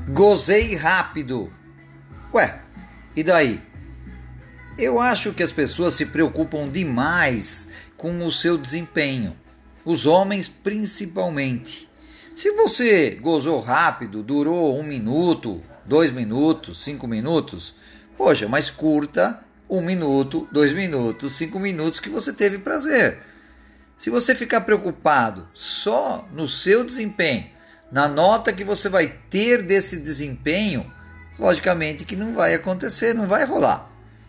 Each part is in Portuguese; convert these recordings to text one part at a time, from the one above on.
Gozei rápido. Ué, e daí? Eu acho que as pessoas se preocupam demais com o seu desempenho. Os homens principalmente. Se você gozou rápido, durou 1 minuto, 2 minutos, 5 minutos, poxa, mas curta 1 minuto, 2 minutos, 5 minutos que você teve prazer. Se você ficar preocupado só no seu desempenho, na nota que você vai ter desse desempenho, logicamente que não vai acontecer, não vai rolar.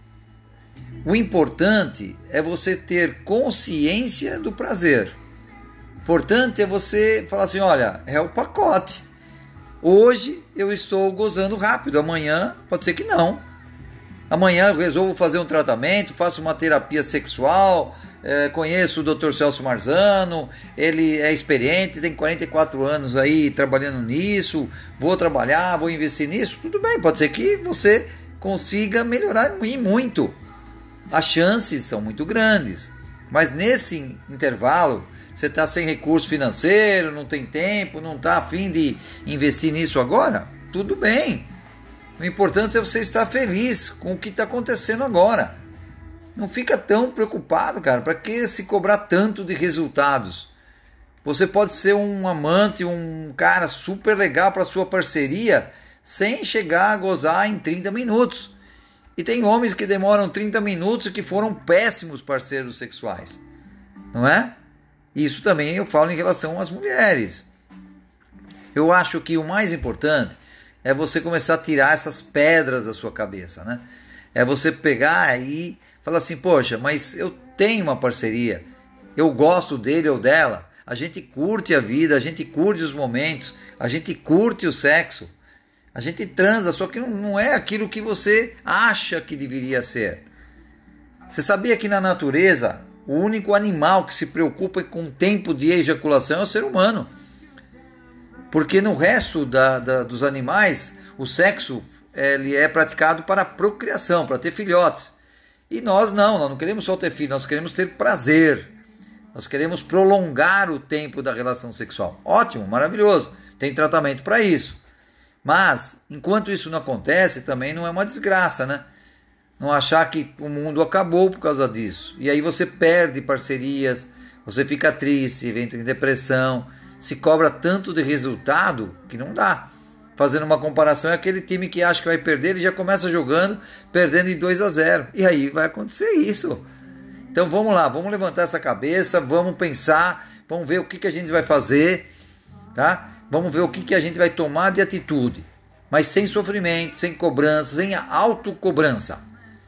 O importante é você ter consciência do prazer. Importante é você falar assim, olha, é o pacote. Hoje eu estou gozando rápido, amanhã pode ser que não. Amanhã eu resolvo fazer um tratamento, faço uma terapia sexual, conheço o Dr. Celso Marzano, ele é experiente, tem 44 anos aí trabalhando nisso, vou trabalhar, vou investir nisso, tudo bem, pode ser que você consiga melhorar e muito. As chances são muito grandes, mas nesse intervalo, você está sem recurso financeiro, não tem tempo, não está a fim de investir nisso agora, tudo bem. O importante é você estar feliz com o que está acontecendo agora. Não fica tão preocupado, cara. Para que se cobrar tanto de resultados? Você pode ser um amante, um cara super legal para sua parceria, sem chegar a gozar em 30 minutos. E tem homens que demoram 30 minutos e que foram péssimos parceiros sexuais. Não é? Isso também eu falo em relação às mulheres. Eu acho que o mais importante é você começar a tirar essas pedras da sua cabeça, né? É você pegar e falar assim, poxa, mas eu tenho uma parceria, eu gosto dele ou dela, a gente curte a vida, a gente curte os momentos, a gente curte o sexo, a gente transa, só que não é aquilo que você acha que deveria ser. Você sabia que na natureza, o único animal que se preocupa com o tempo de ejaculação é o ser humano? Porque no resto dos animais, o sexo ele é praticado para a procriação, para ter filhotes. E nós não queremos só ter filho, nós queremos ter prazer. Nós queremos prolongar o tempo da relação sexual. Ótimo, maravilhoso, tem tratamento para isso. Mas, enquanto isso não acontece, também não é uma desgraça, né? Não achar que o mundo acabou por causa disso. E aí você perde parcerias, você fica triste, entra em depressão, se cobra tanto de resultado que não dá. Fazendo uma comparação, é aquele time que acha que vai perder, ele já começa jogando, perdendo em 2-0. E aí vai acontecer isso. Então vamos lá, vamos levantar essa cabeça, vamos pensar, vamos ver o que a gente vai fazer, tá? Vamos ver o que a gente vai tomar de atitude. Mas sem sofrimento, sem cobrança, sem autocobrança.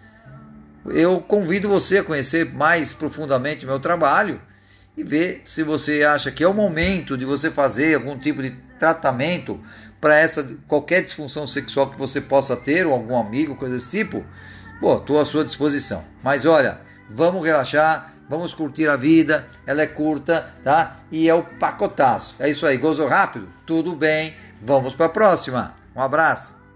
Eu convido você a conhecer mais profundamente o meu trabalho e ver se você acha que é o momento de você fazer algum tipo de tratamento para qualquer disfunção sexual que você possa ter, ou algum amigo, coisa desse tipo. Pô, estou à sua disposição. Mas olha, vamos relaxar, vamos curtir a vida, ela é curta, tá? E é o pacotaço. É isso aí, gozou rápido? Tudo bem, vamos para a próxima. Um abraço.